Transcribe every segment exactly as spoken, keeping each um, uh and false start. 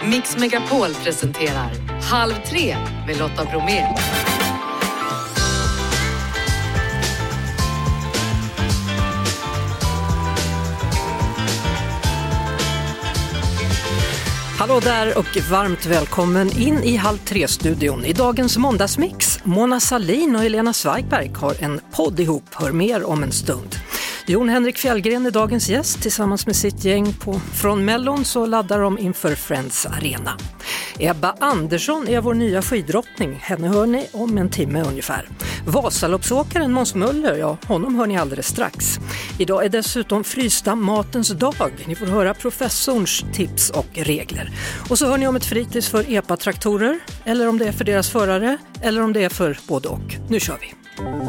Mix Megapol presenterar Halv tre med Lotta Bromé. Hallå där och varmt välkommen in i Halv tre-studion. I dagens måndagsmix, Mona Sahlin och Helena Zweigbergk har en podd ihop, hör mer om en stund. Jon Henrik Fjällgren är dagens gäst. Tillsammans med sitt gäng på, från Mellon så laddar de inför Friends Arena. Ebba Andersson är vår nya skidrottning. Henne hör ni om en timme ungefär. Vasaloppsåkaren Måns Möller, ja, honom hör ni alldeles strax. Idag är dessutom frysta matens dag. Ni får höra professorns tips och regler. Och så hör ni om ett fritids för E P A-traktorer, eller om det är för deras förare, eller om det är för både och. Nu kör vi!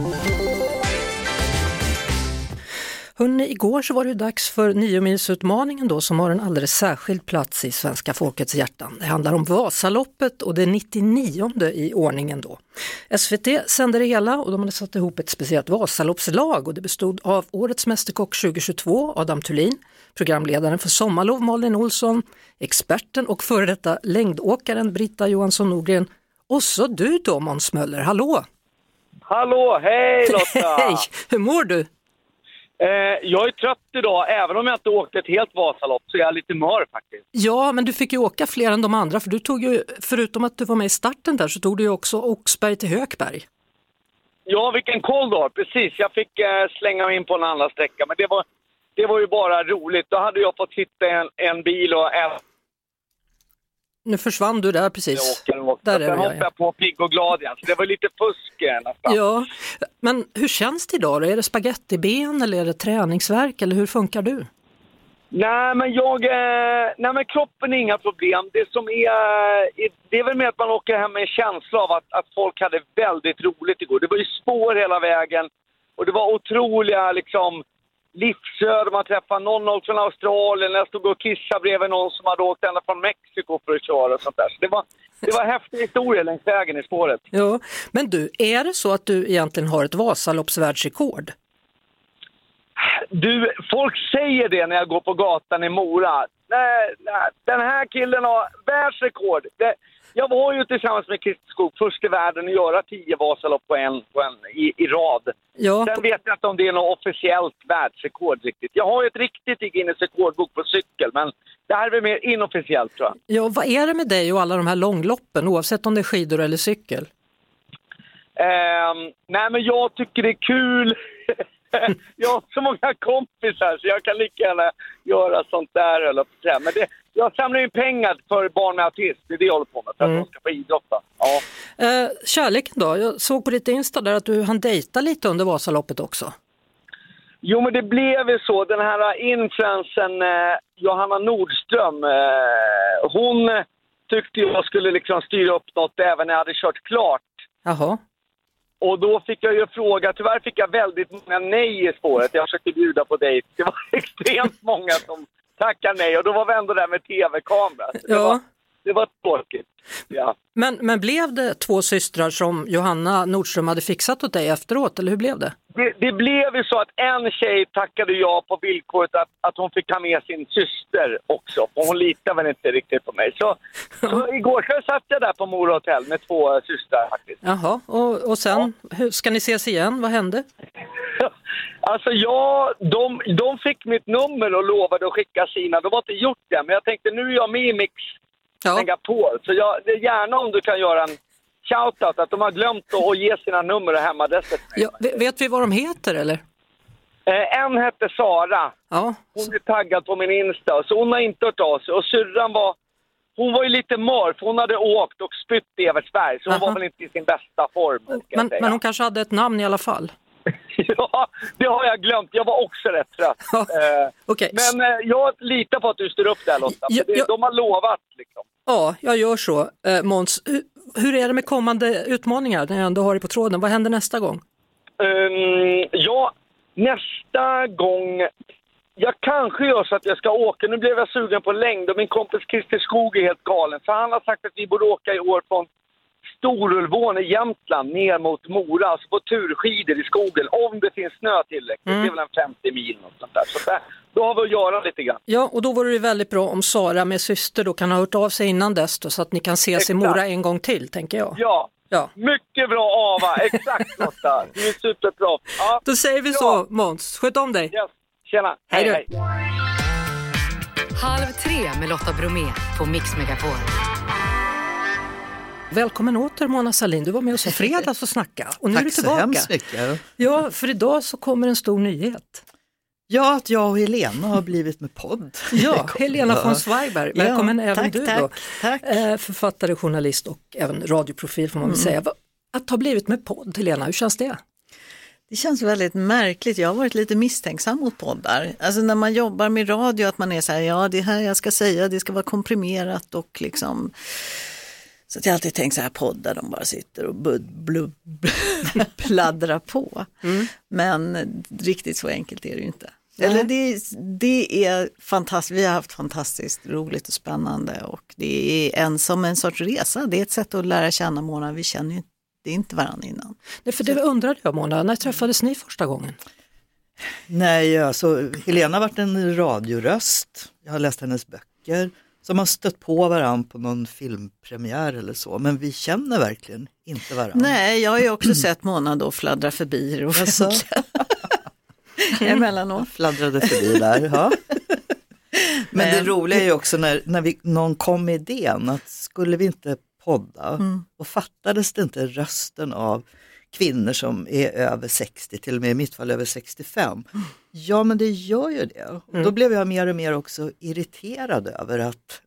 Hörrni, igår så var det dags för niomilsutmaningen då, som har en alldeles särskild plats i svenska folkets hjärtan. Det handlar om Vasaloppet och det nittionionde i ordningen då. S V T sände det hela och de hade satt ihop ett speciellt Vasaloppslag och det bestod av Årets Mästerkock tjugohundratjugotvå, Adam Thulin, programledaren för Sommarlov Malin Olsson, experten och före detta längdåkaren Britta Johansson Nordgren och så du då, Måns Möller. Hallå! Hallå, hej Lotta! Hej, hur mår du? Eh, jag är trött idag, även om jag inte åkte ett helt Vasalopp så är jag lite mör faktiskt. Ja, men du fick ju åka fler än de andra, för du tog ju, förutom att du var med i starten där, så tog du ju också Oxberg till Hökberg. Ja, vilken koll då, precis. Jag fick eh, slänga mig in på en annan sträcka, men det var, det var ju bara roligt. Då hade jag fått sitta i en, en bil och äta. Nu försvann du där precis. Jag åker, där är Sen hoppade jag på pigg och glad igen, så det var lite fusk nästan. Ja, men hur känns det idag då? Är det spagettiben eller är det träningsverk eller hur funkar du? Nej, men jag... Eh, nej, men kroppen är inga problem. Det som är... Det är väl med att man åker hem med en känsla av att, att folk hade väldigt roligt igår. Det var ju spår hela vägen och det var otroliga liksom... livsöde. Man träffade någon från Australien. Jag stod och kissade bredvid någon som hade åkt ända från Mexiko för att köra och sånt där. Så det var, det var häftig historia längs vägen i spåret. Ja, men du, är det så att du egentligen har ett Vasaloppsvärldsrekord? Du, folk säger det när jag går på gatan i Mora. Nej, nej, den här killen har världsrekord. Det, jag var ju tillsammans med Christer Skog först i världen att göra tio Vasalopp på en, på en i, i rad. Ja. Sen vet jag inte om det är något officiellt världsrekord riktigt. Jag har ju ett riktigt i Guinness rekordbok på cykel, men det här är väl mer inofficiellt tror jag. Ja, vad är det med dig och alla de här långloppen, oavsett om det är skidor eller cykel? Um, nej, men jag tycker det är kul. Jag har så många kompisar så jag kan lika gärna göra sånt där. Eller så. Men det, jag samlar in pengar för barn med autism. Det är det jag håller på med för att mm. de ska få idrotta. Ja. Eh, kärleken då? Jag såg på ditt Insta där att du hann dejta lite under Vasaloppet också. Jo, men det blev ju så. Den här influensen eh, Johanna Nordström, eh, hon tyckte jag skulle liksom styra upp något även när jag hade kört klart. Jaha. Och då fick jag ju fråga, tyvärr fick jag väldigt många nej i spåret. Jag försökte bjuda på dig. Det var extremt många som tackade nej. Och då var vi ändå där med tv-kamera. Det, ja. var, det var tråkigt. Ja. Men, men blev det två systrar som Johanna Nordström hade fixat åt dig efteråt? Eller hur blev det? Det, det blev ju så att en tjej tackade jag på villkoret att, att hon fick ta med sin syster också. Och hon litar väl inte riktigt på mig. Så, så igår så satt jag där på Mora hotell med två systrar faktiskt. Jaha, och, och sen, ja. hur, ska ni ses igen? Vad hände? Alltså ja, de, de fick mitt nummer och lovade att skicka sina. De har inte gjort det, men jag tänkte nu är jag med i Mix Megapol. Så jag, det är gärna om du kan göra en shoutout att de har glömt att ge sina nummer och hemadresser. Ja, vet vi vad de heter eller? Eh, en hette Sara. Ja. Hon är taggad på min Insta, så hon har inte hört av sig. Och syrran var, hon var ju lite mör för hon hade åkt och spytt i Evertsberg. Så hon Aha. var väl inte i sin bästa form. Men, men hon kanske hade ett namn i alla fall? Ja, det har jag glömt. Jag var också rätt trött. Ja, eh, okay. Men eh, jag litar på att du styr upp där, Lotta. Ja, det, ja. De har lovat liksom. Ja, jag gör så. Eh, Måns, hur, hur är det med kommande utmaningar när jag ändå har det på tråden? Vad händer nästa gång? Um, ja, nästa gång... Jag kanske gör så att jag ska åka. Nu blev jag sugen på längd och min kompis Christer Skog är helt galen. Så han har sagt att vi borde åka i år från Storulvån i Jämtland ner mot Mora, alltså på turskidor i skogen, om det finns snö tillräckligt. Mm. Det är väl en femtio mil och sånt där. Så där, då har vi att göra lite grann. Ja, och då vore det väldigt bra om Sara med syster då kan ha hört av sig innan dess då, så att ni kan ses Exakt. i Mora en gång till, tänker jag. Ja. Ja. Mycket bra, Ava. Exakt, Lotta. Det är superbra. Ja. Då säger vi ja. så, Måns. Sköt om dig. Yes. Tjena. Hej, hej. hej. Halv tre med Lotta Bromé på Mix Megapol. Välkommen åter, Mona Sahlin. Du var med oss i fredags och snacka. Och nu Tack är du tillbaka. så hemskt mycket. Ja, för idag så kommer en stor nyhet. Ja, att jag och Helena har blivit med podd. Ja, Helena von Zweigbergk. Välkommen ja, även tack, du tack, då. Tack. Författare, journalist och även radioprofil får man väl mm. säga. Att ha blivit med podd, Helena, hur känns det? Det känns väldigt märkligt. Jag har varit lite misstänksam mot poddar. Alltså när man jobbar med radio att man är så här, ja det här jag ska säga, det ska vara komprimerat och liksom... Så att jag alltid tänker så här, poddar de bara sitter och bud, blub, pladdrar på. Mm. Men riktigt så enkelt är det ju inte. Nej. Eller det, det är fantastiskt, vi har haft fantastiskt roligt och spännande och det är en som en sorts resa. Det är ett sätt att lära känna Mona, vi känner ju det är inte varandra innan. Nej, för det undrade jag, Mona, när träffades ni första gången? Nej, alltså Helena har varit en radioröst. Jag har läst hennes böcker. Som har stött på varandra på någon filmpremiär eller så. Men vi känner verkligen inte varandra. Nej, jag har ju också sett Mona då fladdra förbi. Och alltså. Emellanåt. Fladdrade förbi där, ja. Men det roliga är ju också när, när vi, någon kom med idén att skulle vi inte podda mm. och fattades det inte rösten av kvinnor som är över sextio, till och med i mitt fall över sextiofem. Mm. Ja, men det gör ju det. Och mm. då blev jag mer och mer också irriterad över att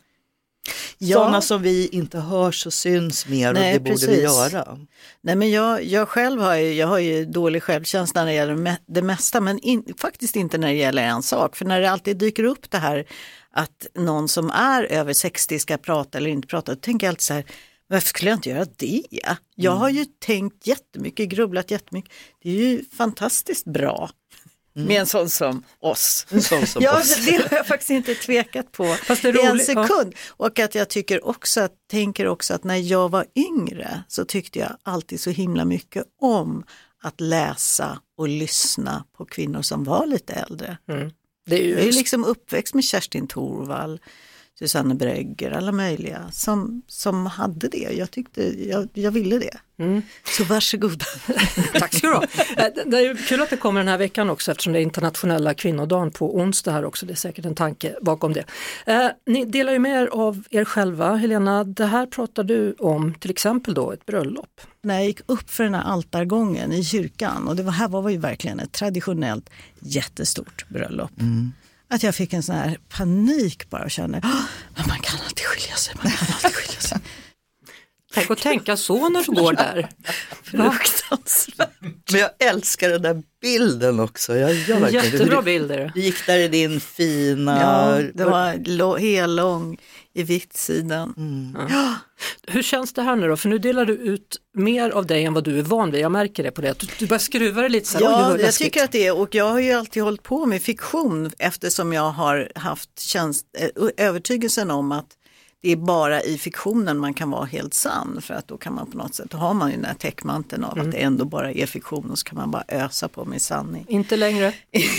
ja. sådana som vi inte hörs och syns mer. Nej, och det precis. Borde vi göra. Nej, men jag, jag själv har ju, jag har ju dålig självkänsla när det gäller det mesta, men in, faktiskt inte när det gäller en sak. För när det alltid dyker upp det här att någon som är över sextio ska prata eller inte prata, då tänker jag alltid så här, varför skulle jag inte göra det? Jag har ju tänkt jättemycket, grubblat jättemycket. Det är ju fantastiskt bra mm. med en sån som oss. En sån som ja, oss. Det har jag faktiskt inte tvekat på Fast det är roligt, en sekund. Ja. Och att jag tycker också, att, tänker också att när jag var yngre så tyckte jag alltid så himla mycket om att läsa och lyssna på kvinnor som var lite äldre. Mm. Det är ju jag är liksom uppväxt med Kerstin Thorvall, Susanne Brögger, alla möjliga som, som hade det. Jag tyckte, jag, jag ville det. Mm. Så varsågod. Tack ska du ha. Det är kul att det kommer den här veckan också eftersom det är internationella kvinnodagen på onsdag här också. Det är säkert en tanke bakom det. Eh, ni delar ju med er av er själva. Helena, det här pratar du om till exempel då ett bröllop. När jag gick upp för den här altargången i kyrkan och det var här var ju verkligen ett traditionellt jättestort bröllop. Mm. Att jag fick en sån här panik bara och kände, men man kan alltid skilja sig, man kan alltid skilja sig. Tänk att tänka så när du går där. Fruktansvärt. Men jag älskar den där bilden också. Jag gör jättebra bilder. Du gick där i din fina... Ja, det var hellång i vittsidan. Mm. Ja. Hur känns det här nu då? För nu delar du ut mer av dig än vad du är van vid. Jag märker det på det. Du, du bara skruvar det lite så här. Ja, jag tycker att det är. Och jag har ju alltid hållit på med fiktion eftersom jag har haft tjänst, övertygelsen om att det är bara i fiktionen man kan vara helt sann. För att då kan man på något sätt, då har man ju den här täckmanteln av mm. att det ändå bara är fiktion och så kan man bara ösa på med sanning. Inte längre.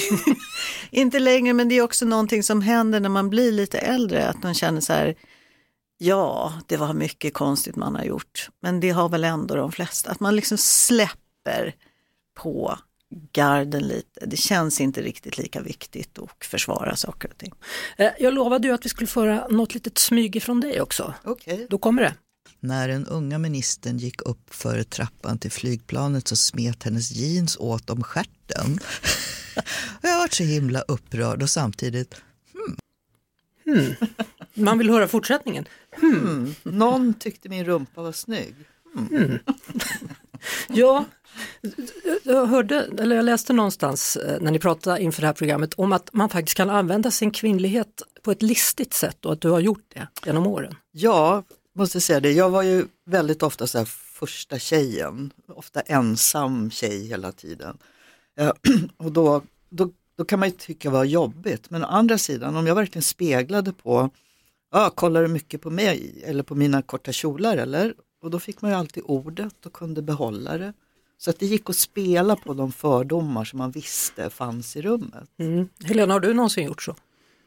Inte längre, men det är också någonting som händer när man blir lite äldre. Att man känner så här, ja, det var mycket konstigt man har gjort. Men det har väl ändå de flesta. Att man liksom släpper på garden lite. Det känns inte riktigt lika viktigt att försvara saker och ting. Jag lovade ju att vi skulle föra något litet smyg ifrån dig också. Okej. Okay. Då kommer det. När den unga ministern gick upp för trappan till flygplanet så smet hennes jeans åt om stjärten. Jag har varit så himla upprörd och samtidigt hmm. Hmm. Man vill höra fortsättningen. Hmm. Hmm. Någon tyckte min rumpa var snygg. Hmm. Hmm. Ja, jag hörde, eller jag läste någonstans när ni pratade inför det här programmet om att man faktiskt kan använda sin kvinnlighet på ett listigt sätt och att du har gjort det genom åren. Ja, måste säga det. Jag var ju väldigt ofta så här första tjejen, ofta ensam tjej hela tiden. Och då, då, då kan man ju tycka det var jobbigt. Men å andra sidan, om jag verkligen speglade på, ja, kollar du mycket på mig eller på mina korta kjolar eller? Och då fick man ju alltid ordet och kunde behålla det. Så att det gick att spela på de fördomar som man visste fanns i rummet. Mm. Helena, har du någonsin gjort så?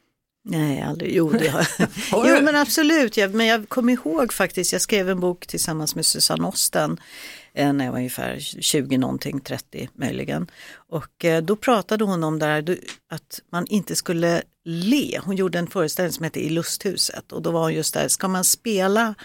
Nej, aldrig. Jo, det har jag. Jo, men absolut. Jag, men jag kommer ihåg faktiskt, jag skrev en bok tillsammans med Susanne Osten eh, när jag var ungefär tjugo någonting, trettio möjligen. Och eh, då pratade hon om det här, att man inte skulle le. Hon gjorde en föreställning som hette I lusthuset. Och då var hon just där, ska man spela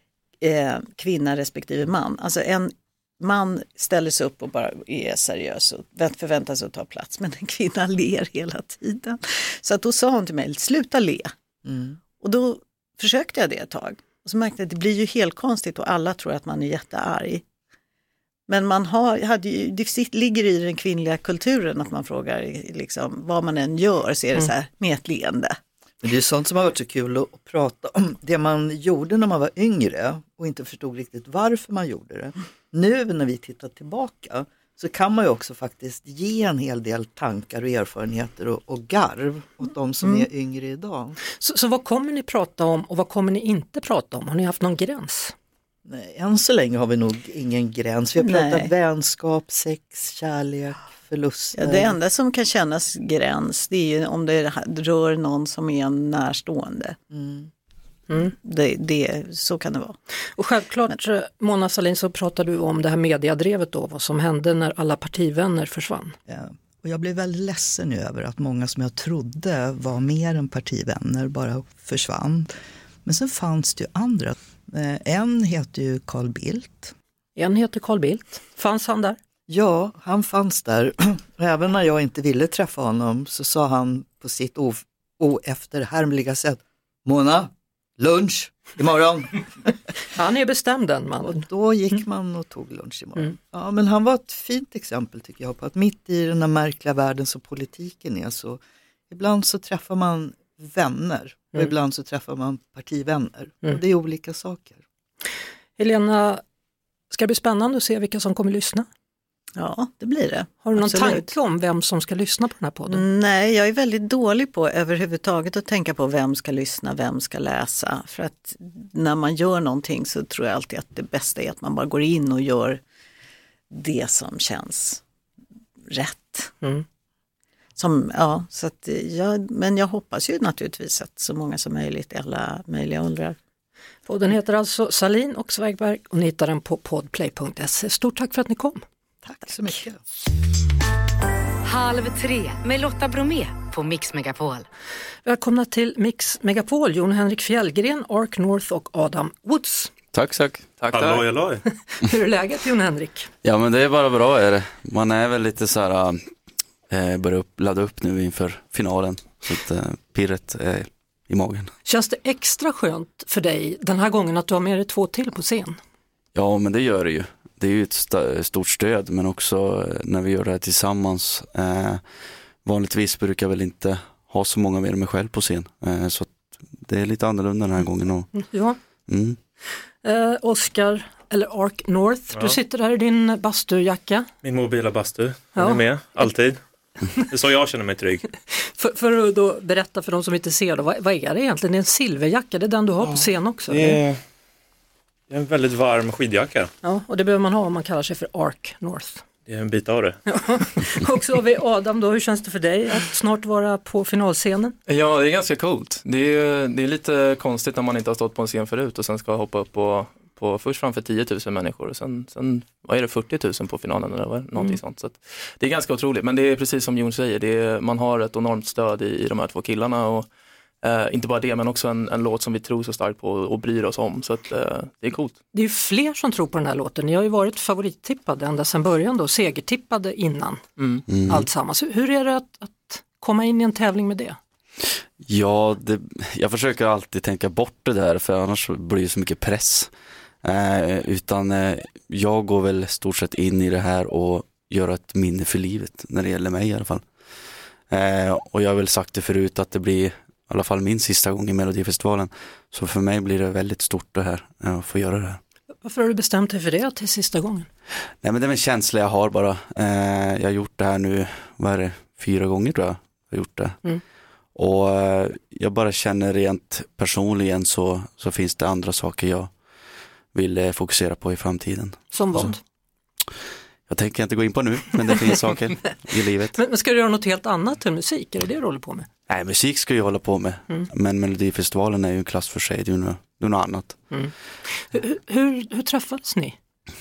eh, kvinna respektive man? Alltså en man ställer sig upp och bara är seriös och förväntar sig att ta plats. Men en kvinna ler hela tiden. Så att då sa hon till mig, sluta le. Mm. Och då försökte jag det ett tag. Och så märkte jag att det blir ju helt konstigt och alla tror att man är jättearg. Men man har, hade ju, det ligger i den kvinnliga kulturen att man frågar liksom, vad man än gör så är det mm. så här med ett leende. Men det är sånt som har varit så kul att prata om. Det man gjorde när man var yngre och inte förstod riktigt varför man gjorde det. Nu när vi tittar tillbaka så kan man ju också faktiskt ge en hel del tankar och erfarenheter och, och garv åt de som mm. är yngre idag. Så, så vad kommer ni prata om och vad kommer ni inte prata om? Har ni haft någon gräns? Nej, än så länge har vi nog ingen gräns. Vi har pratat Nej. vänskap, sex, kärlek, förluster. Ja, det enda som kan kännas gräns det är ju om det rör någon som är en närstående. Mm. Mm. Det, det, så kan det vara. Och självklart, Men. Mona Sahlin, så pratar du om det här mediadrevet då, vad som hände när alla partivänner försvann. Ja. Och jag blev väldigt ledsen över att många som jag trodde var mer än partivänner bara försvann. Men sen fanns det ju andra. En heter ju Carl Bildt. En heter Carl Bildt. Fanns han där? Ja, han fanns där. Även när jag inte ville träffa honom så sa han på sitt o- oefterhärmliga sätt: Mona, lunch imorgon. Han är bestämd den man. Och då gick man och tog lunch imorgon. Mm. Ja, men han var ett fint exempel tycker jag på att mitt i den här märkliga världen som politiken är så ibland så träffar man vänner och mm. ibland så träffar man partivänner. Mm. Och det är olika saker. Helena, ska det bli spännande att se vilka som kommer lyssna? Ja, det blir det. Har du någon Absolut. tanke om vem som ska lyssna på den här podden? Nej, jag är väldigt dålig på överhuvudtaget att tänka på vem ska lyssna, vem ska läsa. För att när man gör någonting så tror jag alltid att det bästa är att man bara går in och gör det som känns rätt. Mm. Som, ja, så att jag, men jag hoppas ju naturligtvis att så många som möjligt i alla möjliga åldrar. Podden heter alltså Sahlin och Svägberg och ni hittar den på podplay punkt se. Stort tack för att ni kom. Tack så mycket. Halv tre med Lotta Bromé på Mix Megapol. Välkomna till Mix Megapol, Jon Henrik Fjällgren, Ark North och Adam Woods. Tack, tack. tack halloj, halloj. Hur är läget, Jon Henrik? Ja, men det är bara bra. Är det. Man är väl lite så här, äh, börjar upp, ladda upp nu inför finalen. Så att äh, pirret är i magen. Känns det extra skönt för dig den här gången att du har med dig två till på scen? Ja, men det gör det ju. Det är ju ett st- stort stöd, men också när vi gör det här tillsammans. Eh, vanligtvis brukar jag väl inte ha så många med mig själv på scen. Eh, så det är lite annorlunda den här gången. Och, ja. Mm. Eh, Oscar, eller Ark North, ja. Du sitter där i din bastujacka. Min mobila bastu, den ja. är med, alltid. Det är så jag känner mig trygg. för, för att då berätta för de som inte ser då, vad, vad är det egentligen? Det är en silverjacka, det är den du har ja. på scen också. Det är... Det är en väldigt varm skidjacka. Ja, och det behöver man ha om man kallar sig för Ark North. Det är en bit av det. Ja. Och så har vi Adam då, hur känns det för dig att snart vara på finalscenen? Ja, det är ganska coolt. Det är, det är lite konstigt när man inte har stått på en scen förut och sen ska hoppa upp på, på först framför tio tusen människor och sen, sen vad är det, fyrtio tusen på finalen eller någonting mm. sånt. Så att det är ganska otroligt, men det är precis som Jon säger, det är, man har ett enormt stöd i, i de här två killarna och Uh, inte bara det, men också en, en låt som vi tror så starkt på och bryr oss om. Så att, uh, det är coolt. Det är ju fler som tror på den här låten. Ni har ju varit favorittippade ända sedan början då. Segertippade innan mm. Mm. allt sammans. Hur är det att, att komma in i en tävling med det? Ja, det, jag försöker alltid tänka bort det där, för annars blir det så mycket press. Uh, utan uh, jag går väl stort sett in i det här och gör ett minne för livet, när det gäller mig i alla fall. Uh, och jag har väl sagt det förut att det blir i alla fall min sista gång i Melodifestivalen. Så för mig blir det väldigt stort det här, att få göra det här. Varför har du bestämt dig för det till sista gången? Nej, men det är en känsla jag har bara. Eh, jag har gjort det här nu, vad är det, fyra gånger tror jag. Jag har gjort det. Mm. Och eh, jag bara känner rent personligen så, så finns det andra saker jag vill eh, fokusera på i framtiden. Som vad? Så, jag tänker inte gå in på nu, men det finns saker i livet. Men, men ska du göra något helt annat än musik? Är det det du håller på med? Nej, musik ska jag hålla på med. Mm. Men Melodifestivalen är ju en klass för sig, det är ju något, det är något annat. Mm. Hur, hur, hur träffades ni?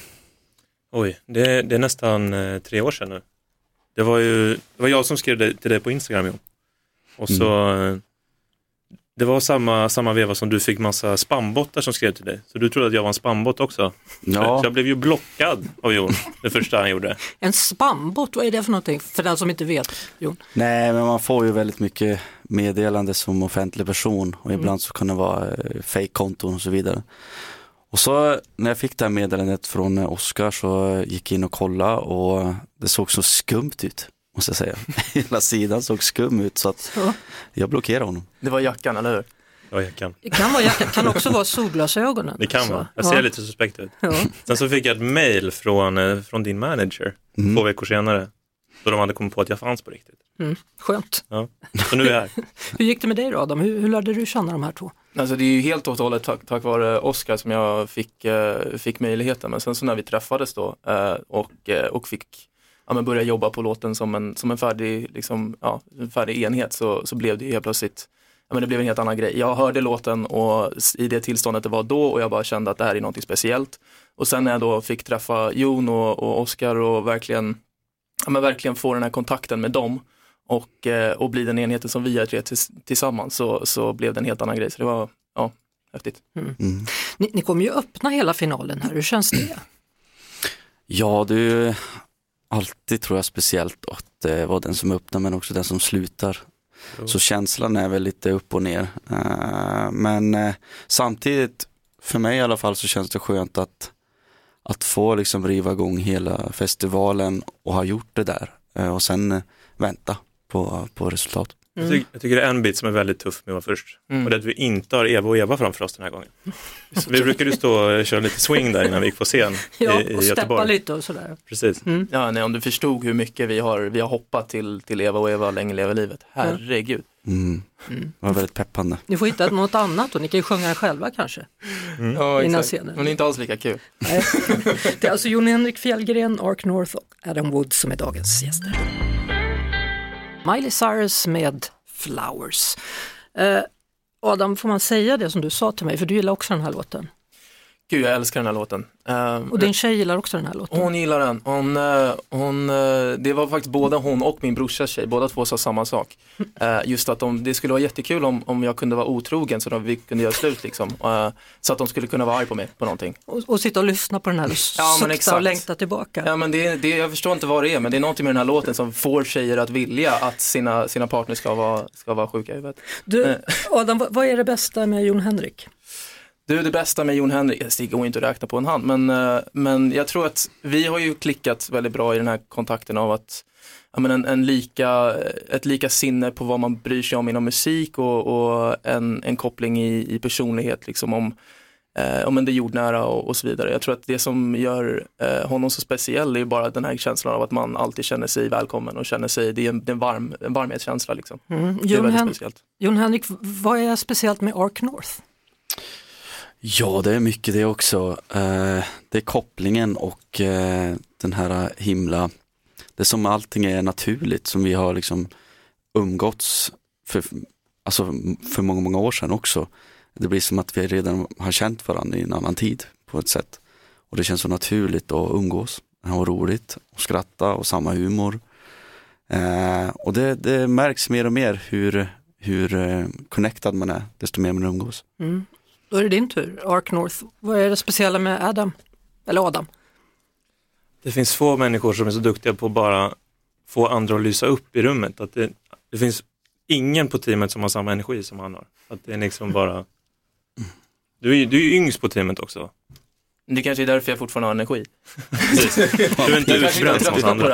Oj, det, det är nästan eh, tre år sedan nu. Det var ju det var jag som skrev det till dig på Instagram, jo. Och så mm. eh, det var samma, samma veva som du fick massa spambottar som skrev till dig. Så du trodde att jag var en spambot också. Ja. Så jag blev ju blockad av Jon, det första han gjorde. En spambot, vad är det för någonting? För den som inte vet, Jon. Nej, men man får ju väldigt mycket meddelande som offentlig person. Och ibland mm. så kan det vara eh, fake-konton och så vidare. Och så när jag fick det här meddelandet från Oscar så gick jag in och kollade och det såg så skumt ut, måste jag säga. Hela sidan såg skum ut så att så. Jag blockerade honom. Det var jackan, eller hur? Det var jackan. Det kan vara jackan, kan också vara solglasögonen. Det kan vara, jag ser ja. lite suspekt ut. Ja. Sen så fick jag ett mail från, från din manager mm. två veckor senare. Då de hade kommit på att jag fanns på riktigt. Mm. Skönt. Ja. Så nu är jag här. Hur gick det med dig då, Adam? Hur, hur lärde du känna de här två? Alltså det är ju helt och hållet tack, tack vare Oscar som jag fick, eh, fick möjligheten. Men sen så när vi träffades då eh, och, eh, och fick ja, men börja jobba på låten som en, som en, färdig, liksom, ja, en färdig enhet så, så blev det ju helt plötsligt ja, men det blev en helt annan grej. Jag hörde låten och i det tillståndet det var då och jag bara kände att det här är något speciellt. Och sen när jag då fick träffa Jon och, och Oscar och verkligen, ja, men verkligen få den här kontakten med dem och, och bli den enheten som vi är tre tillsammans så, så blev det en helt annan grej. Så det var ja, häftigt. Mm. Mm. Ni, ni kommer ju öppna hela finalen här. Hur känns det? Ja, det är alltid tror jag speciellt att det var den som öppnar men också den som slutar. Mm. Så känslan är väl lite upp och ner. Uh, men uh, samtidigt, för mig i alla fall så känns det skönt att, att få liksom riva igång hela festivalen och ha gjort det där. Uh, och sen uh, vänta på, på resultat. Mm. Jag, tycker, jag tycker det är en bit som är väldigt tuff med att vara först. Mm. Och det är att vi inte har Eva och Eva framför oss den här gången. Vi brukade ju stå och köra lite swing där innan vi gick på scen ja, i, i och Göteborg. Steppa lite och sådär. Precis. Mm. Ja, nej, om du förstod hur mycket vi har, vi har hoppat till, till Eva och Eva länge lever livet. Herregud. Mm. Mm. Det var väldigt peppande. Ni får hitta något annat och ni kan ju sjunga själva kanske. Mm. Ja, exakt. Men det är inte alls lika kul. Nej. Det är alltså Jon Henrik Fjällgren, Ark North och Adam Wood som är dagens gäster. Miley Cyrus med Flowers. Eh, Adam, får man säga det som du sa till mig? För du gillar också den här låten. Gud, jag älskar den här låten. Um, och din tjej gillar också den här låten? Hon gillar den. Hon, uh, hon, uh, det var faktiskt både hon och min brorsas tjej. Båda två sa samma sak. Uh, just att de, det skulle vara jättekul om, om jag kunde vara otrogen så att vi kunde göra slut. Liksom. Uh, så att de skulle kunna vara arg på mig på någonting. Och, och sitta och lyssna på den här och ja, sukta och längta tillbaka. Ja, men det, det, jag förstår inte vad det är, men det är någonting med den här låten som får tjejer att vilja att sina, sina partner ska vara, ska vara sjuka i huvudet. Du, Adam, vad, vad är det bästa med Jon Henrik? Du, det bästa med Jon Henrik, det går inte att räkna på en hand, men, men jag tror att vi har ju klickat väldigt bra i den här kontakten av att ja, men en, en lika, ett lika sinne på vad man bryr sig om inom musik och, och en, en koppling i, i personlighet liksom om, eh, om en det jordnära och, och så vidare. Jag tror att det som gör eh, honom så speciell är bara den här känslan av att man alltid känner sig välkommen och känner sig, det är en, en, varm, en varmhetskänsla liksom. Mm. Det är Jon väldigt Hen- speciellt. Jon Henrik, vad är speciellt med Ark North? Ja, det är mycket det också. Eh, det är kopplingen och eh, den här himla, det som allting är naturligt som vi har liksom umgåtts för, alltså för många, många år sedan också. Det blir som att vi redan har känt varandra i en annan tid på ett sätt. Och det känns så naturligt att umgås och roligt och skratta och samma humor. Eh, och det, det märks mer och mer hur, hur eh, connectad man är desto mer man umgås. Mm. Då är det din tur, Ark North. Vad är det speciella med Adam? Eller Adam? Det finns få människor som är så duktiga på att bara få andra att lysa upp i rummet. Att det, det finns ingen på teamet som har samma energi som han har. Att det är liksom bara... Du är, du är ju yngst på teamet också. Det kanske är därför jag fortfarande har energi. Du är inte utbränd som oss andra.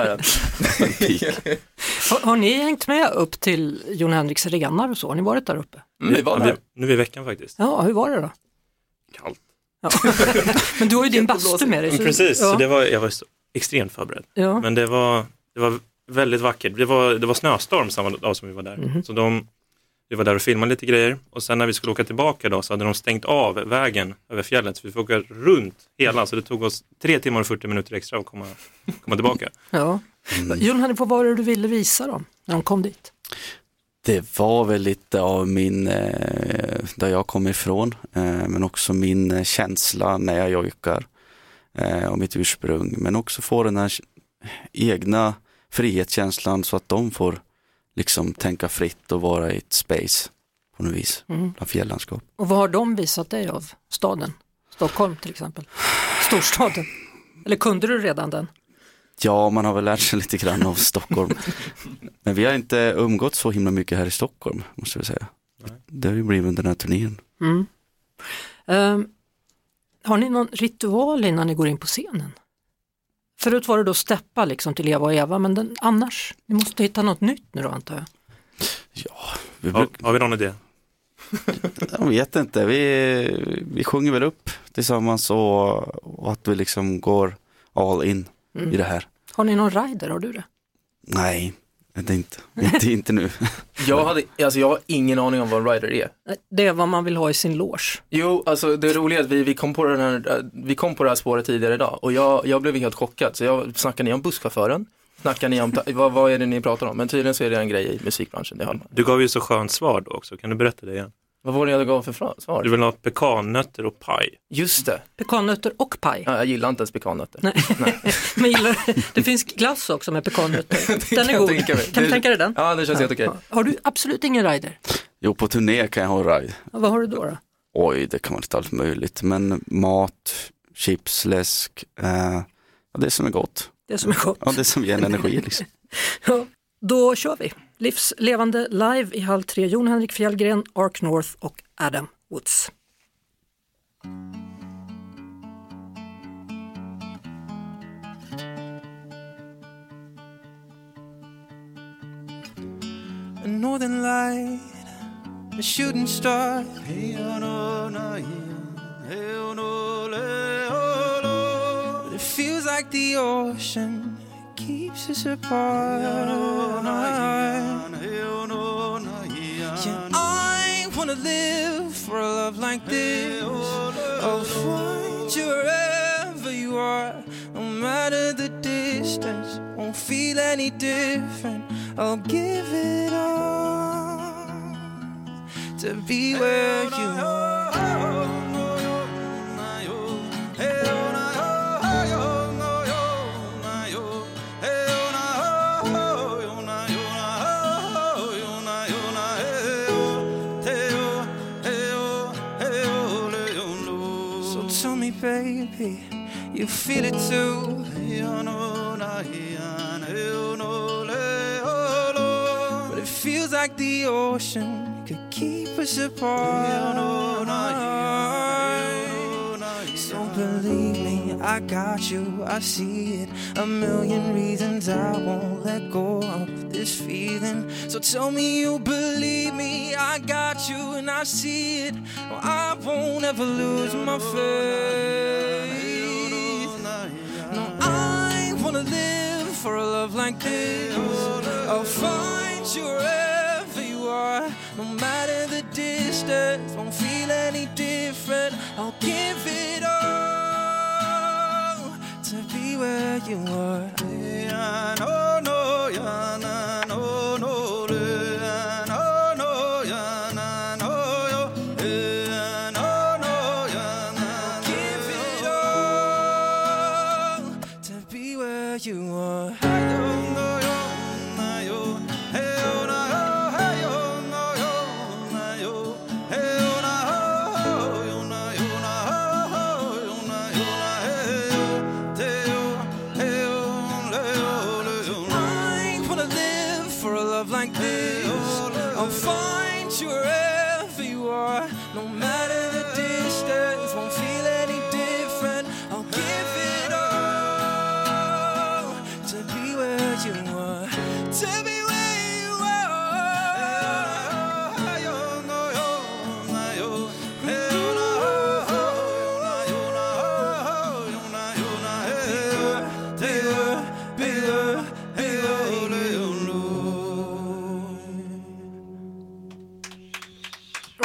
har, har ni hängt med upp till Jon Henriks renar och så? Har ni varit där uppe? Mm, vi var där. Ja, vi, nu är veckan faktiskt. Ja, hur var det då? Kallt. Ja. Men du har ju din bastu med dig. Så, precis, ja. Så det var, jag var extremt förberedd. Ja. Men det var, det var väldigt vackert. Det var, det var snöstorm samma dag som vi var där. Mm-hmm. Så de, vi var där och filmade lite grejer. Och sen när vi skulle åka tillbaka då så hade de stängt av vägen över fjället. Så vi fick åka runt hela. Så det tog oss tre timmar och fyrtio minuter extra att komma, komma tillbaka. Ja. Mm. Jon, hade på vad var det du ville visa dem när de kom dit? Det var väl lite av min, eh, där jag kommer ifrån. Eh, men också min eh, känsla när jag jojkar. Eh, och mitt ursprung. Men också få den här egna frihetskänslan så att de får liksom tänka fritt och vara i ett space på något vis, mm. bland fjällandskap. Och vad har de visat dig av staden? Stockholm till exempel? Storstaden? Eller kunde du redan den? Ja, man har väl lärt sig lite grann av Stockholm. Men vi har inte umgått så himla mycket här i Stockholm, måste jag säga. Nej. Det har ju blivit under den här turnén. Mm. Um, har ni någon ritual innan ni går in på scenen? Förut var det då steppa liksom till Eva och Eva, men den, annars, ni måste hitta något nytt nu då, antar jag. Ja, vi bruk... har, har vi någon idé? Jag vet inte, vi, vi sjunger väl upp tillsammans och, och att vi liksom går all in mm. i det här. Har ni någon rider, har du det? Nej, det är inte, inte, inte nu. Jag, hade, alltså jag har ingen aning om vad en rider är. Det är vad man vill ha i sin loge. Jo, alltså det roliga är att vi, vi, kom på den här, vi kom på det här spåret tidigare idag. Och jag, jag blev helt chockad. Så jag snackar ni om busschauffören? Snackar ni om, vad, vad är det ni pratar om? Men tydligen så är det en grej i musikbranschen. Det har man. Du gav ju så skönt svar då också. Kan du berätta det igen? Vad var det jag gav för svar? Du vill ha pekannötter och paj. Just det. Pekannötter och paj. Ja, jag gillar inte ens pekannötter. Nej. Nej. Men gillar, det finns glass också med pekannötter. Den är god. Kan du det, tänka dig den? Ja, det känns ja. helt okej. Har du absolut ingen rider? Jo, på turné kan jag ha ride. Ja, vad har du då då? Oj, det kan vara lite allt möjligt. Men mat, chips, läsk, eh, det som är gott. Det som är gott. Ja, det som ger en energi liksom. Ja, då kör vi. Livslevande live i halv tre. Jon Henrik Fjällgren, Ark North och Adam Woods. A northern light, a shooting star. Hey, oh, no, no, hey, oh, no, le, oh, no. But it feels like the ocean keeps us apart. Hey, oh, no, hey, oh, no, no, yeah, I wanna live for a love like this. I'll find you wherever you are, no matter the distance. Won't feel any different. I'll give it all to be where you are. So tell me, baby, you feel it too. Feels like the ocean could keep us apart. So believe me, I got you, I see it. A million reasons I won't let go of this feeling. So tell me you believe me, I got you and I see it. No, I won't ever lose my faith. No, I wanna live for a love like this. I'll find you wherever you are, no matter the distance. Won't feel any different. I'll give it all to be where you are. Yeah, no, no, yeah, nah, no, no, yeah, no, no, yeah, nah, no, yeah, no, no, yeah, nah, give it all to be where you are.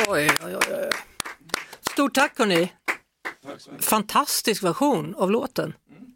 Oj, oj, oj. Stort tack hörni. Fantastisk version av låten.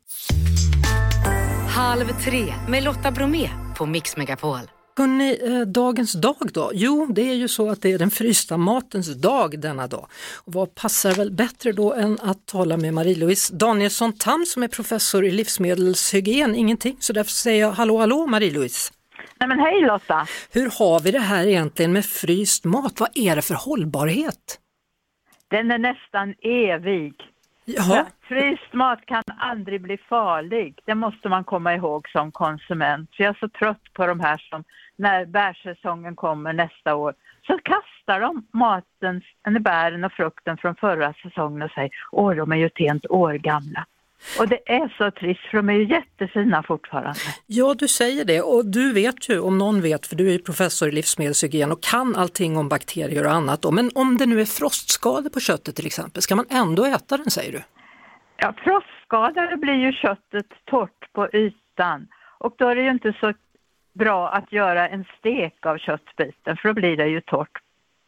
Halv tre med Lotta Bromé på Mix Megapol. Hörrni, eh, dagens dag då? Jo, det är ju så att det är den frysta matens dag denna dag. Och vad passar väl bättre då än att tala med Marie-Louise Danielsson-Tam som är professor i livsmedelshygien? Ingenting, så därför säger jag hallå, hallå Marie-Louise. Nej men hej Lotta. Hur har vi det här egentligen med fryst mat? Vad är det för hållbarhet? Den är nästan evig. Jaha. Fryst mat kan aldrig bli farlig. Det måste man komma ihåg som konsument. För jag är så trött på de här som när bärsäsongen kommer nästa år så kastar de maten, eller bären och frukten från förra säsongen och säger åh, de är ju ett år gamla. Och det är så trist för de är ju jättefina fortfarande. Ja, du säger det och du vet ju, om någon vet, för du är ju professor i livsmedelshygien och kan allting om bakterier och annat då. Men om det nu är frostskador på köttet till exempel, ska man ändå äta den, säger du? Ja, frostskador blir ju köttet torrt på ytan och då är det ju inte så bra att göra en stek av köttbiten för då blir det ju torrt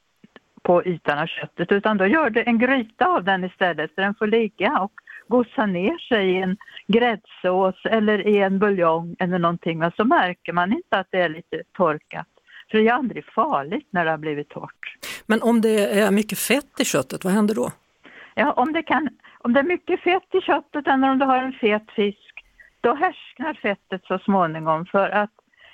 på ytan av köttet, utan då gör du en gryta av den istället så den får ligga och gossa ner sig i en gräddsås eller i en buljong eller någonting, men så märker man inte att det är lite torkat. För det är aldrig farligt när det har blivit torrt. Men om det är mycket fett i köttet, vad händer då? Ja, om det, kan, om det är mycket fett i köttet eller om du har en fet fisk, då härsknar fettet så småningom för att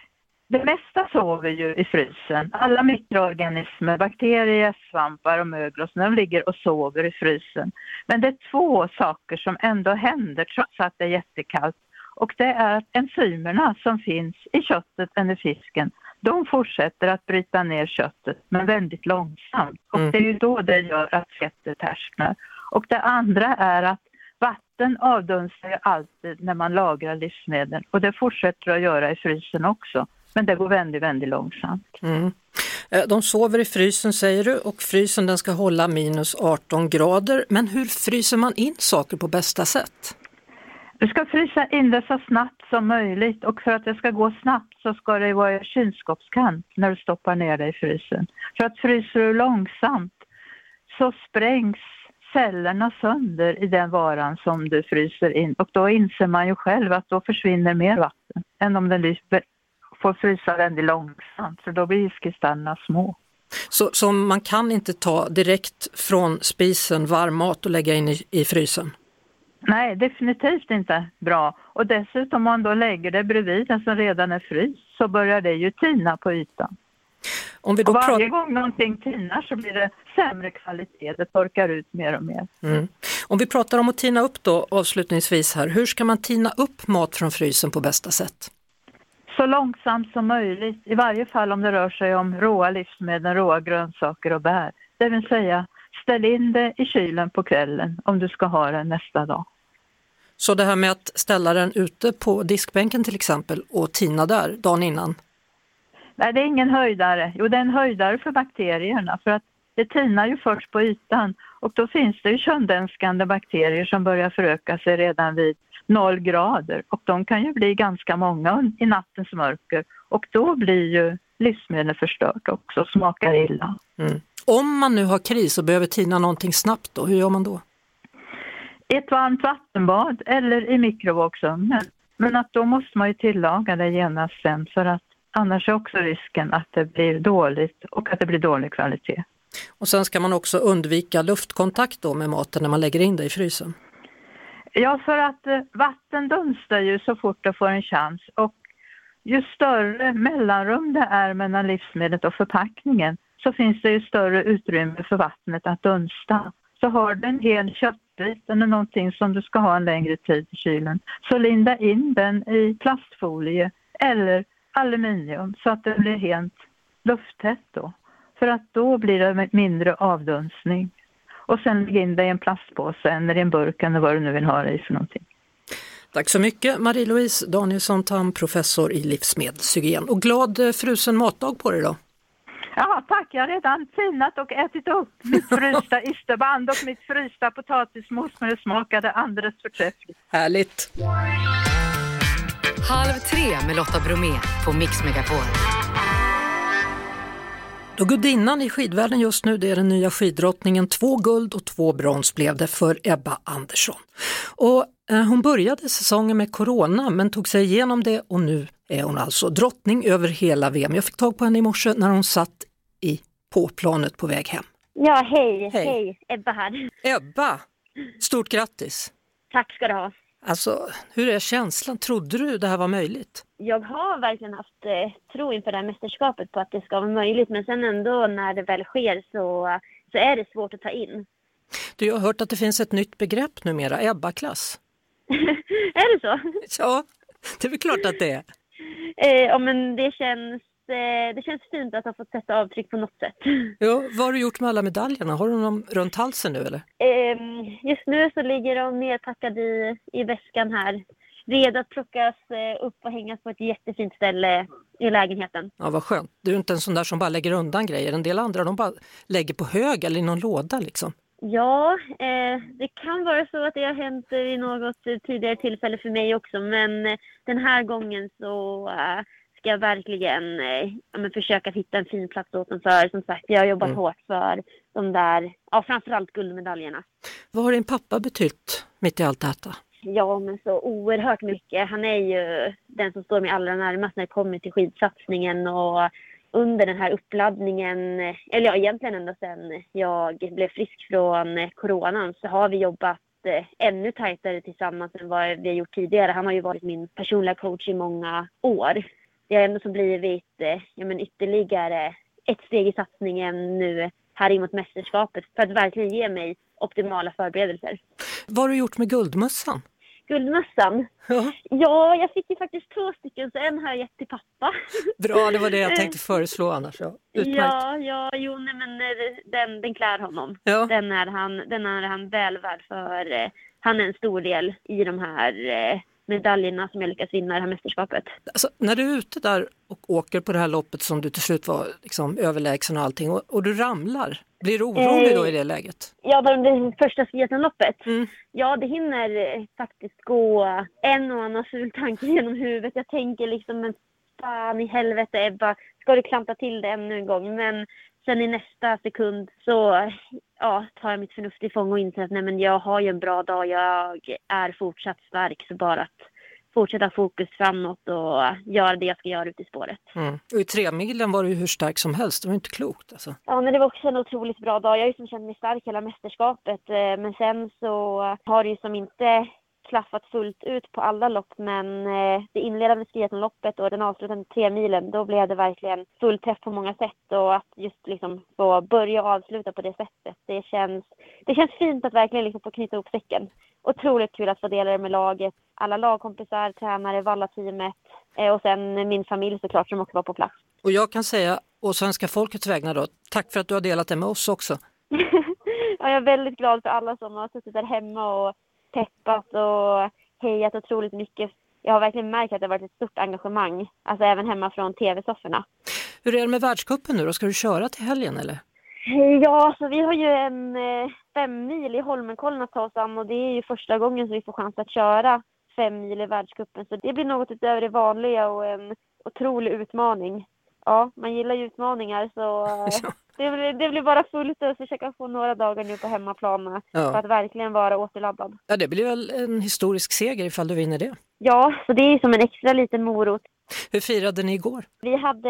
det mesta sover ju i frysen. Alla mikroorganismer, bakterier, svampar och mögel och så, de ligger och sover i frysen. Men det är två saker som ändå händer trots att det är jättekallt. Och det är att enzymerna som finns i köttet eller fisken, de fortsätter att bryta ner köttet men väldigt långsamt. Och det är ju då det gör att fettet härsknar. Och det andra är att vatten avdunstar alltid när man lagrar livsmedel. Och det fortsätter att göra i frysen också. Men det går väldigt, väldigt långsamt. Mm. De sover i frysen säger du och frysen den ska hålla minus arton grader. Men hur fryser man in saker på bästa sätt? Du ska frysa in det så snabbt som möjligt och för att det ska gå snabbt så ska det vara i kylskåpskant när du stoppar ner det i frysen. För att fryser du långsamt så sprängs cellerna sönder i den varan som du fryser in och då inser man ju själv att då försvinner mer vatten än om den lyser. Får frysa väldigt långsamt för då blir iskristallerna små. Så, så man kan inte ta direkt från spisen varm mat och lägga in i, i frysen? Nej, definitivt inte bra. Och dessutom om man då lägger det bredvid den som redan är fryst så börjar det ju tina på ytan. Om vi då och varje pratar... gång någonting tinar så blir det sämre kvalitet, det torkar ut mer och mer. Mm. Om vi pratar om att tina upp då avslutningsvis här, hur ska man tina upp mat från frysen på bästa sätt? Så långsamt som möjligt, i varje fall om det rör sig om råa livsmedel, råa grönsaker och bär. Det vill säga, ställ in det i kylen på kvällen om du ska ha det nästa dag. Så det här med att ställa den ute på diskbänken till exempel och tina där dagen innan? Nej, det är ingen höjdare. Jo, det är en höjdare för bakterierna för att det tinar ju först på ytan och då finns det ju köldälskande bakterier som börjar föröka sig redan vid noll grader och de kan ju bli ganska många i nattens mörker och då blir ju livsmedel förstört också och smakar illa. Mm. Om man nu har kris och behöver tina någonting snabbt då, hur gör man då? I ett varmt vattenbad eller i mikrovågsugnen. Men att då måste man ju tillaga det genast sen för att annars är också risken att det blir dåligt och att det blir dålig kvalitet. Och sen ska man också undvika luftkontakt då med maten när man lägger in det i frysen? Ja, för att eh, vatten dunstar ju så fort det får en chans och ju större mellanrum det är mellan livsmedlet och förpackningen så finns det ju större utrymme för vattnet att dunsta. Så har du en hel köttbit eller någonting som du ska ha en längre tid i kylen så linda in den i plastfolie eller aluminium så att det blir helt lufttätt då. För att då blir det mindre avdunstning. Och sen lägg in det i en plastpåse eller i en burk eller vad du nu vill ha det i för någonting. Tack så mycket Marie-Louise Danielsson-Tam, professor i livsmedelshygien. Och glad frusen matdag på dig då. Ja, tack. Jag har redan tinat och ätit upp mitt frysta isterband och mitt frysta potatismos men det smakade alldeles förträffligt. Härligt. Halv tre med Lotta Bromé på Mix Megapol. Och gudinnan i skidvärlden just nu, det är den nya skiddrottningen. Två guld och två brons blev det för Ebba Andersson. Och eh, hon började säsongen med corona men tog sig igenom det och nu är hon alltså drottning över hela V M. Jag fick tag på henne i morse när hon satt i på planet på väg hem. Ja, hej, hej. Hej. Ebba här. Ebba, stort grattis. Tack ska du ha. Alltså, hur är känslan? Trodde du det här var möjligt? Jag har verkligen haft eh, tro inför det här mästerskapet på att det ska vara möjligt. Men sen ändå när det väl sker så, så är det svårt att ta in. Du har hört att det finns ett nytt begrepp numera, Ebba-klass. Är det så? Ja, det är väl klart att det är. Eh, ja, men det känns, eh, det känns fint att ha fått sätta avtryck på något sätt. Ja, vad har du gjort med alla medaljerna? Har du dem runt halsen nu eller? Eh, just nu så ligger de nedpackade i, i väskan här. Redo att plockas upp och hängas på ett jättefint ställe i lägenheten. Ja, vad skönt. Du är inte en sån där som bara lägger undan grejer. En del andra, de bara lägger på hög eller i någon låda liksom. Ja, eh, det kan vara så att det har hänt i något tidigare tillfälle för mig också. Men eh, den här gången så eh, ska jag verkligen eh, ja, men försöka hitta en fin plats åt dem. För som sagt, jag har jobbat mm. hårt för de där, ja, framförallt guldmedaljerna. Vad har din pappa betytt mitt i allt detta? Ja, men så oerhört mycket. Han är ju den som står mig allra närmast när det kommer till skidsatsningen och under den här uppladdningen, eller ja, egentligen ända sedan jag blev frisk från coronan så har vi jobbat ännu tajtare tillsammans än vad vi har gjort tidigare. Han har ju varit min personliga coach i många år. Det har ändå så blivit ja, men ytterligare ett steg i satsningen nu här emot mästerskapet för att verkligen ge mig optimala förberedelser. Vad har du gjort med guldmössan? Guldmössan? Ja. ja, jag fick ju faktiskt två stycken så en har jag gett till pappa. Bra, det var det jag tänkte föreslå annars. Ja, ja, ja jo, nej, men den, den klär honom. Ja. Den, är han, den är han väl värd för. Eh, han är en stor del i de här eh, medaljerna som jag lyckas vinna det här mästerskapet. Alltså, när du är ute där och åker på det här loppet som du till slut var liksom, överlägsen och allting och, och du ramlar, blir du orolig eh, då i det läget? Ja, det första skiathlonloppet. Mm. Ja, det hinner eh, faktiskt gå en och annan ful tanke genom huvudet. Jag tänker liksom, men fan i helvete Ebba, ska du klanta till det ännu en gång? Men sen i nästa sekund så ja, tar jag mitt förnuft i fång och inser att nej, men jag har ju en bra dag. Jag är fortsatt stark, så bara att fortsätta fokus framåt och göra det jag ska göra ute i spåret. Mm. Och i tre milen var du hur stark som helst. Det var inte klokt alltså. Ja, men det var också en otroligt bra dag. Jag har ju som känt mig stark hela mästerskapet. Men sen så har det ju som inte klaffat fullt ut på alla lopp, men det inledande skiathlonloppet och den avslutande tre milen, då blev det verkligen fullt träff på många sätt, och att just liksom få börja och avsluta på det sättet, det känns, det känns fint att verkligen liksom få knyta ihop säcken. Otroligt kul att få dela det med laget, alla lagkompisar, tränare, Valla-teamet och sen min familj såklart som också var på plats. Och jag kan säga, och svenska folkets vägnar då, tack för att du har delat det med oss också. Ja, jag är väldigt glad för alla som har suttit där hemma och peppat och hejat otroligt mycket. Jag har verkligen märkt att det har varit ett stort engagemang, alltså även hemma från tv-sofforna. Hur är det med världscupen nu då? Ska du köra till helgen eller? Ja, så vi har ju en eh, fem mil i Holmenkollen att ta oss an, och det är ju första gången som vi får chans att köra fem mil i världscupen. Så det blir något utöver det vanliga och en otrolig utmaning. Ja, man gillar ju utmaningar, så eh, det, blir, det blir bara fullt att försöka få några dagar nu på hemmaplan ja. För att verkligen vara återladdad. Ja, det blir väl en historisk seger ifall du vinner det. Ja, så det är som en extra liten morot. Hur firade ni igår? Vi hade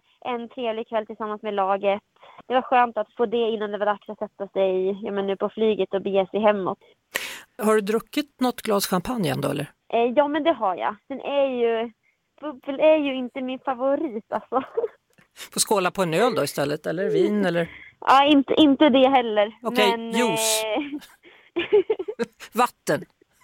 en trevlig kväll tillsammans med laget. Det var skönt att få det innan det var dags att sätta sig ja, men nu på flyget och bege sig hemåt. Har du druckit något glas champagne ändå eller? Eh, ja, men det har jag. Den är ju, bubbel är ju inte min favorit alltså. Får skåla på en öl då istället, eller vin eller? Ja, inte, inte det heller. Okej, okay, juice. Eh... Vatten.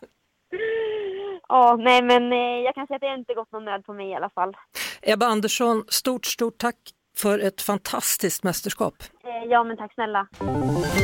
Ja, nej men jag kan säga att det inte gått någon nöd på mig i alla fall. Ebba Andersson, stort, stort tack för ett fantastiskt mästerskap. Ja, men tack snälla.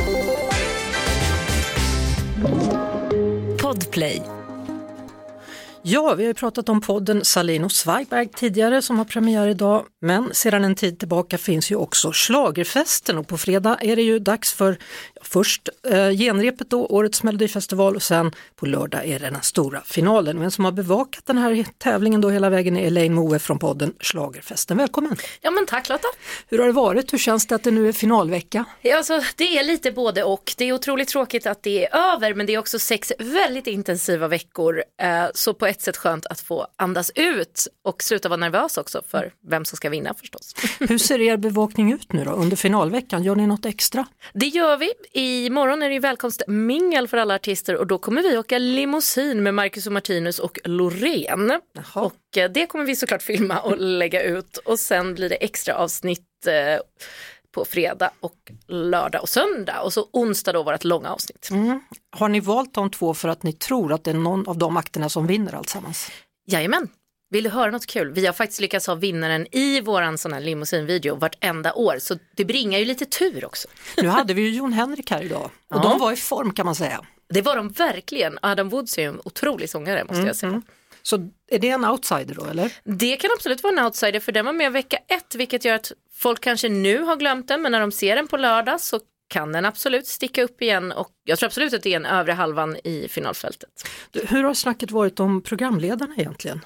Podplay. Ja, vi har ju pratat om podden Salin och Zweigbergk tidigare som har premiär idag, men sedan en tid tillbaka finns ju också Schlagerfesten och på fredag är det ju dags för ja, först eh, genrepet då, årets Melodifestival och sen på lördag är det den stora finalen. Men som har bevakat den här tävlingen då hela vägen är Elaine Moe från podden Schlagerfesten. Välkommen! Ja men tack Lotta! Hur har det varit? Hur känns det att det nu är finalvecka? Ja, alltså, det är lite både och. Det är otroligt tråkigt att det är över men det är också sex väldigt intensiva veckor eh, så på ett sätt skönt att få andas ut och sluta vara nervös också för vem som ska vinna förstås. Hur ser er bevakning ut nu då under finalveckan? Gör ni något extra? Det gör vi. Imorgon är det ju välkomstmingel för alla artister och då kommer vi åka limousin med Marcus och Martinus och Loreen. Jaha. Och det kommer vi såklart filma och lägga ut och sen blir det extra avsnitt eh, på fredag och lördag och söndag och så onsdag då var ett långa avsnitt. Mm. Har ni valt de två för att ni tror att det är någon av de akterna som vinner alltsammans? Jajamän. Vill du höra något kul? Vi har faktiskt lyckats ha vinnaren i våran sån här limousinvideo vartenda år så det bringar ju lite tur också. Nu hade vi ju Jon Henrik här idag och ja. de var i form kan man säga. Det var de verkligen. Adam Woods är ju en otrolig sångare måste mm, jag säga. Mm. Så är det en outsider då eller? Det kan absolut vara en outsider för den var med vecka ett vilket gör att folk kanske nu har glömt den men när de ser den på lördag så kan den absolut sticka upp igen och jag tror absolut att det är en övre halvan i finalfältet. Du, hur har snacket varit om programledarna egentligen?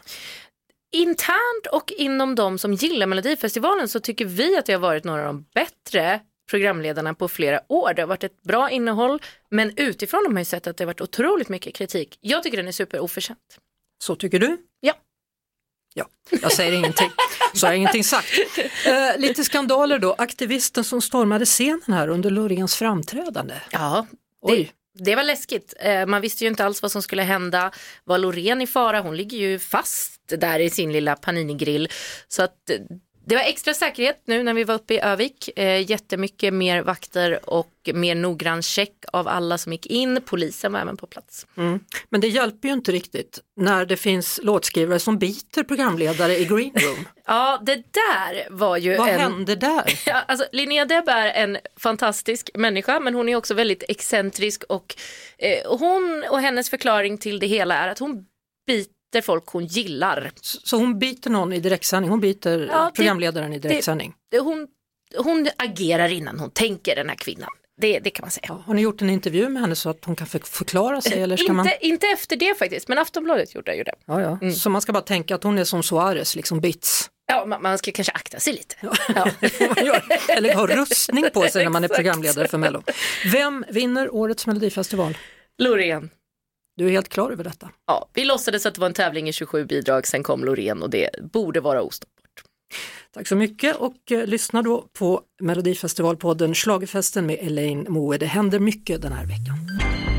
Internt och inom de som gillar Melodifestivalen så tycker vi att det har varit några av de bättre programledarna på flera år. Det har varit ett bra innehåll men utifrån de har ju sett att det har varit otroligt mycket kritik. Jag tycker den är super oförtjänt. Så tycker du? Ja. Ja, jag säger ingenting. Så har jag ingenting sagt. Eh, lite skandaler då. Aktivisten som stormade scenen här under Loreens framträdande. Ja, det, det var läskigt. Eh, man visste ju inte alls vad som skulle hända. Var Loreen i fara? Hon ligger ju fast där i sin lilla Panini-grill. Så att det var extra säkerhet nu när vi var uppe i Övik. Eh, jättemycket mer vakter och mer noggrann check av alla som gick in. Polisen var även på plats. Mm. Men det hjälper ju inte riktigt när det finns låtskrivare som biter programledare i green room. Ja, det där var ju Vad en... hände där? Ja, alltså, Linnea Deb är en fantastisk människa men hon är också väldigt excentrisk och eh, hon och hennes förklaring till det hela är att hon biter folk hon gillar. Så, så hon biter någon i direktsändning? Hon biter ja, det, programledaren i direktsändning? Det, hon, hon agerar innan hon tänker, den här kvinnan. Det, det kan man säga. Ja, har ni gjort en intervju med henne så att hon kan förklara sig? Eller ska inte, man... inte efter det faktiskt, men Aftonbladet gjorde ju det. Ja, ja. Mm. Så man ska bara tänka att hon är som Suarez, liksom bits. Ja, man, man ska kanske akta sig lite. Ja, ja. Det får man göra. Eller ha rustning på sig när man är programledare för Mello. Vem vinner årets Melodifestival? Loreen. Du är helt klar över detta? Ja, vi låtsades att det var en tävling i tjugosju bidrag, sen kom Loreen och det borde vara ostoppbart. Tack så mycket och eh, lyssna då på Melodifestivalpodden Schlagerfesten med Elaine Moe. Det händer mycket den här veckan.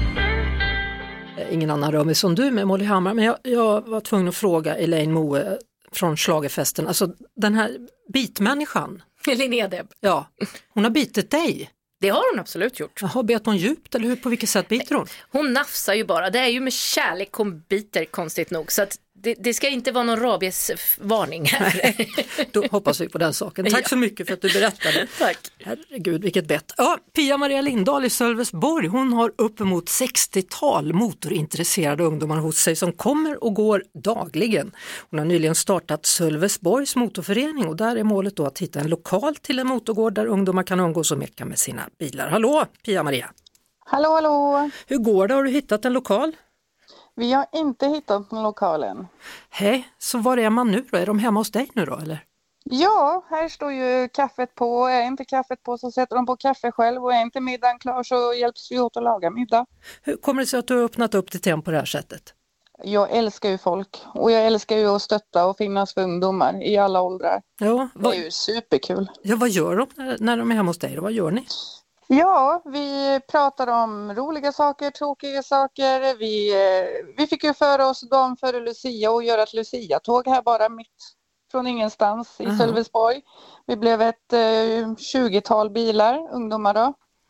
Eh, ingen annan rör mig som du med Molly Hammar, men jag, jag var tvungen att fråga Elaine Moe från Schlagerfesten. Alltså den här bitmänniskan. Linnea Deb. Ja, hon har bitit dig. Det har hon absolut gjort. Jaha, bet hon djupt eller hur, på vilket sätt biter hon? Hon nafsar ju bara. Det är ju med kärlek hon biter konstigt nog. Så att det, det ska inte vara någon rabiesvarning här. Då hoppas vi på den saken. Tack så mycket för att du berättade. Tack. Herregud, vilket bett. Ja, Pia-Maria Lindahl i Sölvesborg, hon har uppemot sextiotal motorintresserade ungdomar hos sig som kommer och går dagligen. Hon har nyligen startat Sölvesborgs motorförening och där är målet då att hitta en lokal till en motorgård där ungdomar kan umgås och meka med sina bilar. Hallå Pia-Maria! Hallå, hallå! Hur går det? Har du hittat en lokal? Vi har inte hittat någon lokalen. Hej, så var är man nu då? Är de hemma hos dig nu då eller? Ja, här står ju kaffet på. Är inte kaffet på så sätter de på kaffe själv och är inte middagen klar så hjälps vi åt att laga middag. Hur kommer det sig att du har öppnat upp ditt hem på det här sättet? Jag älskar ju folk och jag älskar ju att stötta och finnas för ungdomar i alla åldrar. Ja, vad... Det är ju superkul. Ja, vad gör de när, när de är hemma hos dig? Vad gör ni? Ja, vi pratar om roliga saker, tråkiga saker. Vi, vi fick ju för oss dagen före Lucia och göra ett Lucia-tåg här bara mitt från ingenstans i Sölvesborg. Vi blev ett eh, tjugotal bilar, ungdomar då.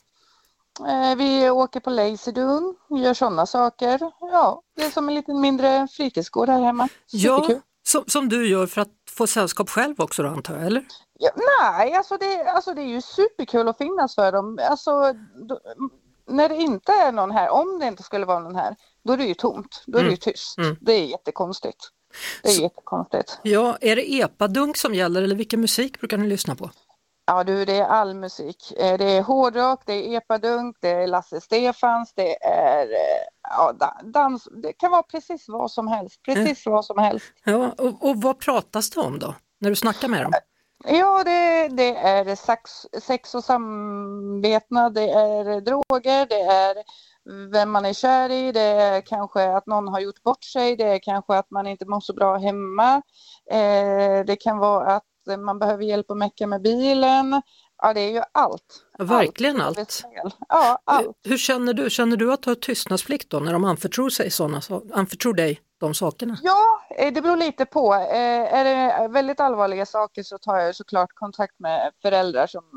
Eh, vi åker på Laserdun, gör sådana saker. Ja, det är som en liten mindre fritidsgård här hemma. Superkul. Ja, som, som du gör för att få sällskap själv också då, antar jag, eller? Ja, nej, alltså det, alltså det är ju superkul att finnas för dem. Alltså, då, när det inte är någon här, om det inte skulle vara någon här, då är det ju tomt, då är det ju tyst. Mm. Det är jättekonstigt. Det är Så, jättekonstigt. Ja, är det epadunk som gäller eller vilken musik brukar ni lyssna på? Ja du, det är all musik. Det är hårdrock, det är epadunk, det är Lasse Stefans, det är ja, dans. Det kan vara precis vad som helst. Precis ja. vad som helst. Ja, och, och vad pratas det om då, när du snackar med dem? Ja, det, det är sex, sex och samvetnad, det är droger, det är vem man är kär i, det är kanske att någon har gjort bort sig, det är kanske att man inte mår så bra hemma, eh, det kan vara att man behöver hjälp att mecka med bilen. Ja, det är ju allt. Ja, verkligen allt. allt. Ja, allt. Hur känner du? Känner du att du har tystnadsplikt då när de anförtror sig sådana, anförtror dig de sakerna? Ja, det beror lite på. Är det väldigt allvarliga saker så tar jag såklart kontakt med föräldrar som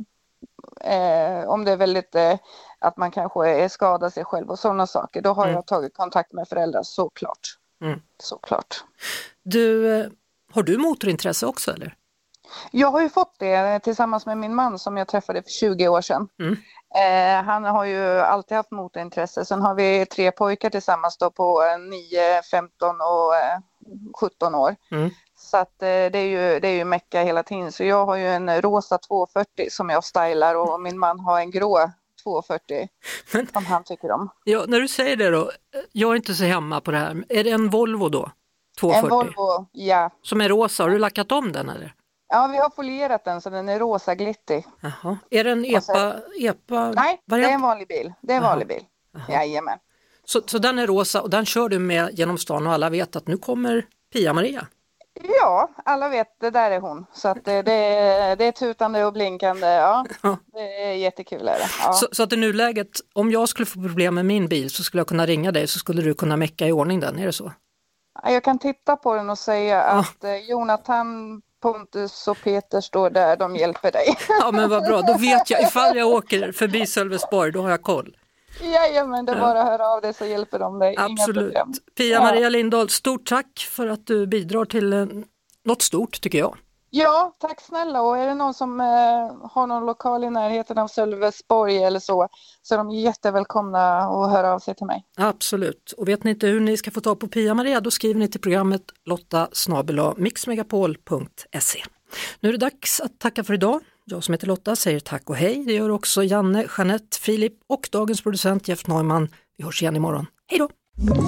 eh, om det är väldigt eh, att man kanske skadar sig själv och sådana saker. Då har mm. jag tagit kontakt med föräldrar såklart. Mm. Såklart. Du, har du motorintresse också eller? Jag har ju fått det tillsammans med min man som jag träffade för tjugo år sedan. Mm. Eh, han har ju alltid haft motorintresse. Sen har vi tre pojkar tillsammans då på nio, femton och eh, sjutton år. Mm. Så att eh, det är ju, det är ju mecka hela tiden. Så jag har ju en rosa tvåhundrafyrtio som jag stylar och min man har en grå tvåhundrafyrtio Men, som han tycker om. Ja, när du säger det då, jag är inte så hemma på det här. Är det en Volvo då? tvåhundrafyrtio? En Volvo, ja. Som är rosa, har du lackat om den eller? Ja, vi har folierat den så den är rosa glittig. Jaha. Är det en epa? Sen, epa nej, variant? Det är en vanlig bil. Det är en vanlig bil. Jajamän. Så, så den är rosa och den kör du med genom stan och alla vet att nu kommer Pia-Maria? Ja, alla vet det där är hon. Så att det, det, är, det är tutande och blinkande. Ja, ja. Det är jättekul. Är det. Ja. Så, så att i nuläget, om jag skulle få problem med min bil så skulle jag kunna ringa dig så skulle du kunna mecka i ordning den, är det så? Jag kan titta på den och säga ja. att eh, Jonathan, Pontus och Peter står där, de hjälper dig. Ja men vad bra, då vet jag, ifall jag åker förbi Sölvesborg, då har jag koll. Jajamän, det är bara att höra av dig så hjälper de dig. Absolut. Pia-Maria ja. Lindahl, stort tack för att du bidrar till eh, något stort tycker jag. Ja, tack snälla. Och är det någon som eh, har någon lokal i närheten av Sölvesborg eller så, så är de jättevälkomna att höra av sig till mig. Absolut. Och vet ni inte hur ni ska få ta på Pia-Maria, då skriver ni till programmet lotta snabel-a mixmegapol punkt se. Nu är det dags att tacka för idag. Jag som heter Lotta säger tack och hej. Det gör också Janne, Jeanette, Filip och dagens producent Jeff Neumann. Vi hörs igen imorgon. Hej då!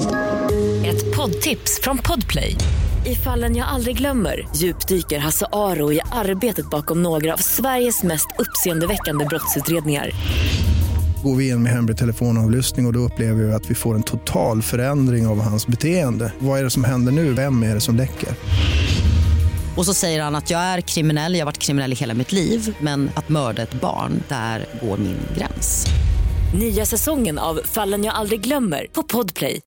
Ett poddtips från Podplay. I Fallen jag aldrig glömmer djupdyker Hasse Aro i arbetet bakom några av Sveriges mest uppseendeväckande brottsutredningar. Går vi in med hemlig telefonavlyssning och då upplever vi att vi får en total förändring av hans beteende. Vad är det som händer nu? Vem är det som läcker? Och så säger han att jag är kriminell, jag har varit kriminell i hela mitt liv. Men att mörda ett barn, där går min gräns. Nya säsongen av Fallen jag aldrig glömmer på Podplay.